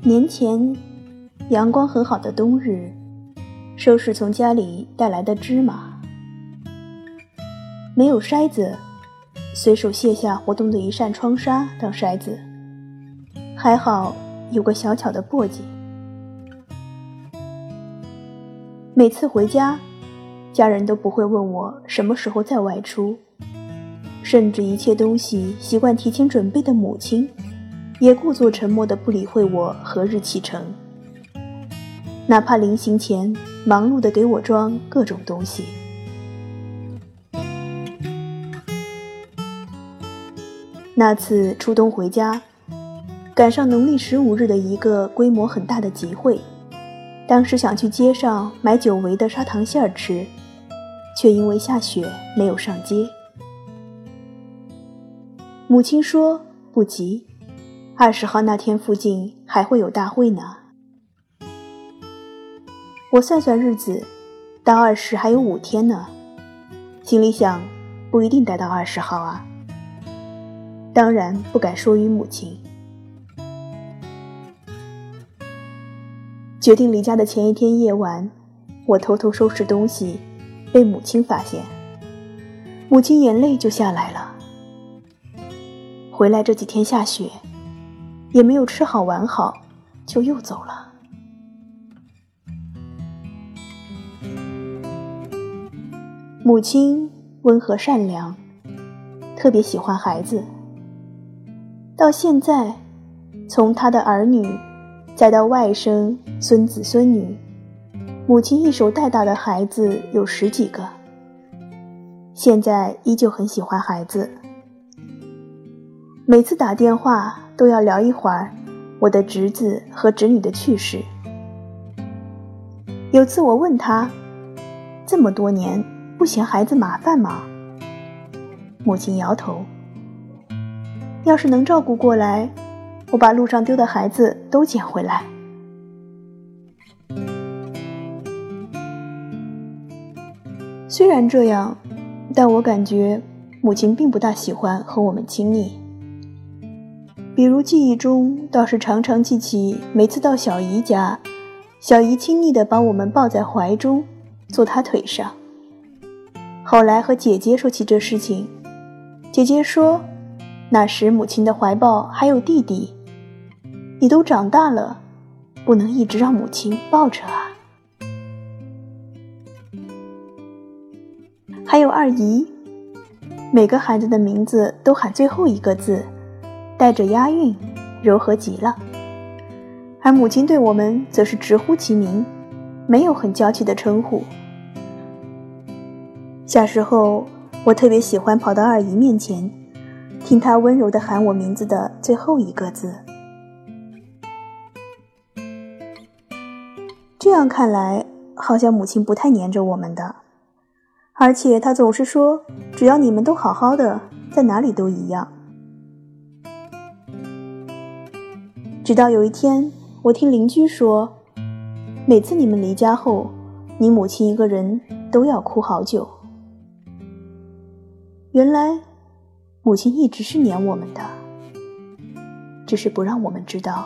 年前阳光很好的冬日，收拾从家里带来的芝麻，没有筛子，随手卸下活动的一扇窗纱当筛子，还好有个小巧的簸箕。每次回家，家人都不会问我什么时候再外出，甚至一切东西习惯提前准备的母亲也故作沉默地不理会我何日启程，哪怕临行前忙碌地给我装各种东西。那次初冬回家，赶上农历15日的一个规模很大的集会，当时想去街上买久违的砂糖馅吃，却因为下雪没有上街。母亲说不急，20号那天附近还会有大会呢。我算算日子，到20还有5天呢，心里想不一定待到20号啊。当然不敢说与母亲。决定离家的前一天夜晚，我偷偷收拾东西，被母亲发现，母亲眼泪就下来了。回来这几天下雪，也没有吃好玩好，就又走了。母亲温和善良，特别喜欢孩子。到现在，从她的儿女，再到外甥、孙子孙女，母亲一手带大的孩子有10几个，现在依旧很喜欢孩子。每次打电话都要聊一会儿我的侄子和侄女的趣事。有次我问他，这么多年不嫌孩子麻烦吗？母亲摇头，要是能照顾过来，我把路上丢的孩子都捡回来。虽然这样，但我感觉母亲并不大喜欢和我们亲昵。比如记忆中倒是常常记起每次到小姨家，小姨亲昵地把我们抱在怀中，坐她腿上。后来和姐姐说起这事情，姐姐说那时母亲的怀抱还有弟弟，你都长大了，不能一直让母亲抱着啊。还有二姨，每个孩子的名字都喊最后一个字，带着押韵，柔和极了。而母亲对我们则是直呼其名，没有很娇气的称呼。小时候，我特别喜欢跑到二姨面前，听她温柔地喊我名字的最后一个字。这样看来，好像母亲不太黏着我们的，而且她总是说，只要你们都好好的，在哪里都一样。直到有一天，我听邻居说，每次你们离家后，你母亲一个人都要哭好久。原来母亲一直是黏我们的，只是不让我们知道。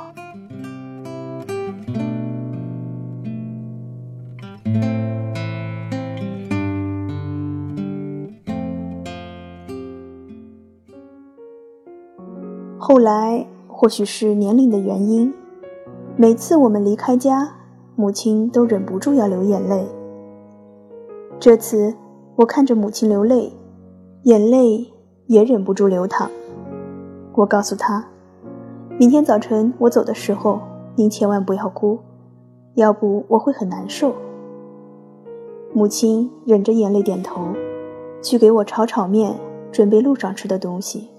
后来或许是年龄的原因，每次我们离开家，母亲都忍不住要流眼泪。这次我看着母亲流泪，眼泪也忍不住流淌。我告诉她，明天早晨我走的时候，您千万不要哭，要不我会很难受。母亲忍着眼泪点头，去给我炒面，准备路上吃的东西。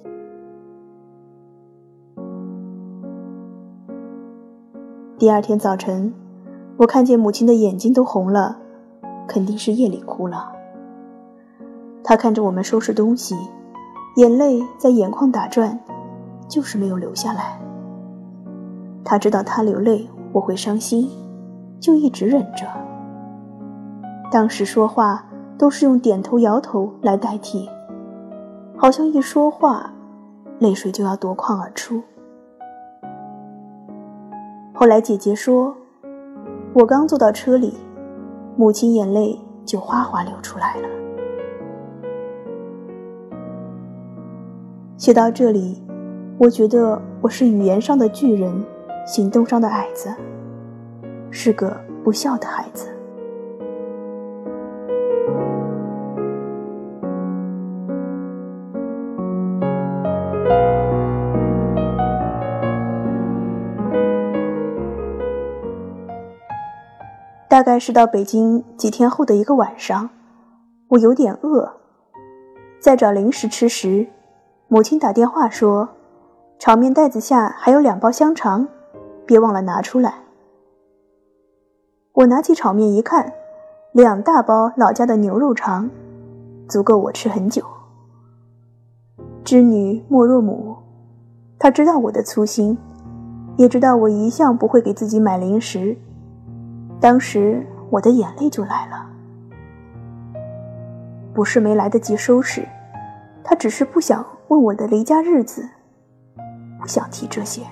第二天早晨，我看见母亲的眼睛都红了，肯定是夜里哭了。她看着我们收拾东西，眼泪在眼眶打转，就是没有流下来。她知道她流泪我会伤心，就一直忍着。当时说话都是用点头摇头来代替，好像一说话，泪水就要夺眶而出。 后来姐姐说，我刚坐到车里，母亲眼泪就哗哗流出来了。写到这里，我觉得我是语言上的巨人，行动上的矮子，是个不孝的孩子。大概是到北京几天后的一个晚上，我有点饿，在找零食吃时，母亲打电话说，炒面袋子下还有2包香肠，别忘了拿出来。我拿起炒面一看，2大包老家的牛肉肠，足够我吃很久。织女莫若母，她知道我的粗心，也知道我一向不会给自己买零食，当时我的眼泪就来了。不是没来得及收拾，他只是不想问我的离家日子，不想提这些。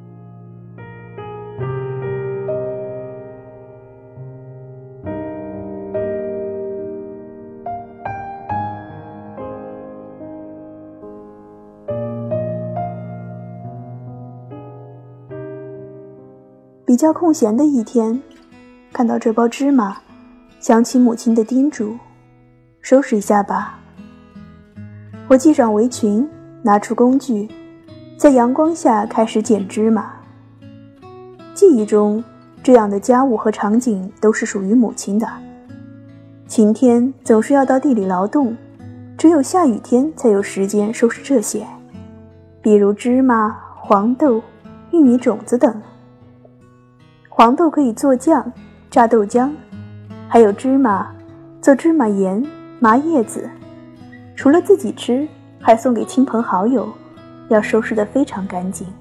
比较空闲的一天，看到这包芝麻，想起母亲的叮嘱，收拾一下吧。我系上围裙，拿出工具，在阳光下开始剪芝麻。记忆中，这样的家务和场景都是属于母亲的。晴天总是要到地里劳动，只有下雨天才有时间收拾这些，比如芝麻、黄豆、玉米种子等。黄豆可以做酱、榨豆浆，还有芝麻，做芝麻盐、麻叶子。除了自己吃，还送给亲朋好友，要收拾得非常干净。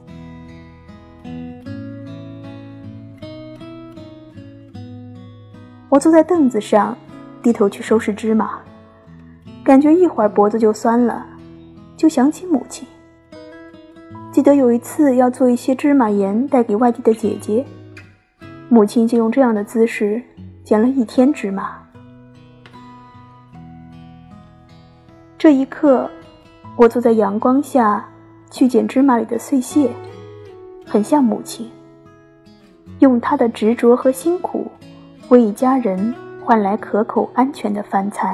我坐在凳子上，低头去收拾芝麻，感觉一会儿脖子就酸了，就想起母亲。记得有一次要做一些芝麻盐带给外地的姐姐，母亲就用这样的姿势剪了1天芝麻。这一刻，我坐在阳光下去捡芝麻里的碎屑，很像母亲，用她的执着和辛苦为一家人换来可口安全的饭菜。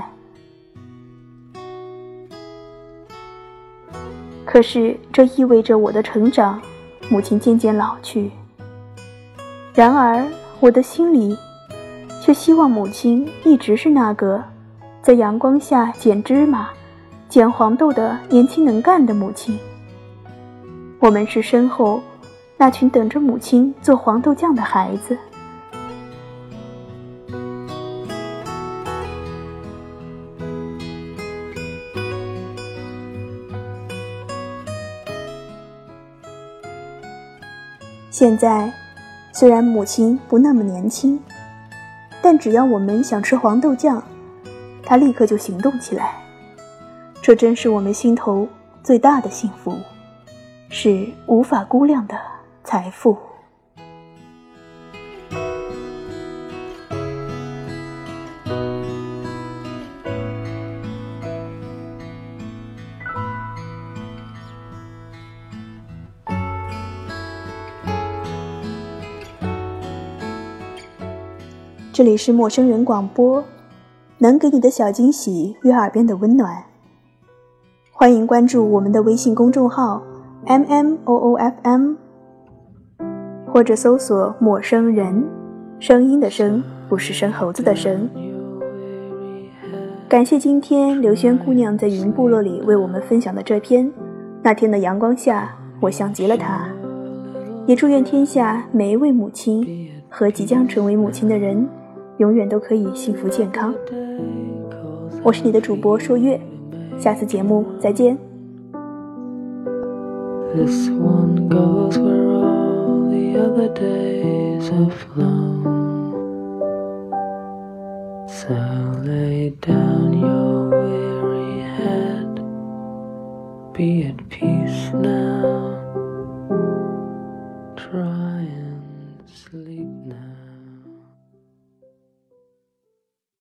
可是这意味着我的成长，母亲渐渐老去。然而我的心里却希望母亲一直是那个在阳光下捡芝麻、捡黄豆的年轻能干的母亲。我们是身后那群等着母亲做黄豆酱的孩子。现在虽然母亲不那么年轻，但只要我们想吃黄豆酱，她立刻就行动起来。这真是我们心头最大的幸福，是无法估量的财富。这里是陌生人广播，能给你的小惊喜与耳边的温暖。欢迎关注我们的微信公众号 MMOOFM， 或者搜索陌生人，声音的声，不是生猴子的生。感谢今天刘轩姑娘在云部落里为我们分享的这篇那天的阳光下我像极了她。也祝愿天下每一位母亲和即将成为母亲的人永远都可以幸福健康。我是你的主播朔月，下次节目再见。 This one goes where all the other days have flown. So lay down your weary head, be at peace now.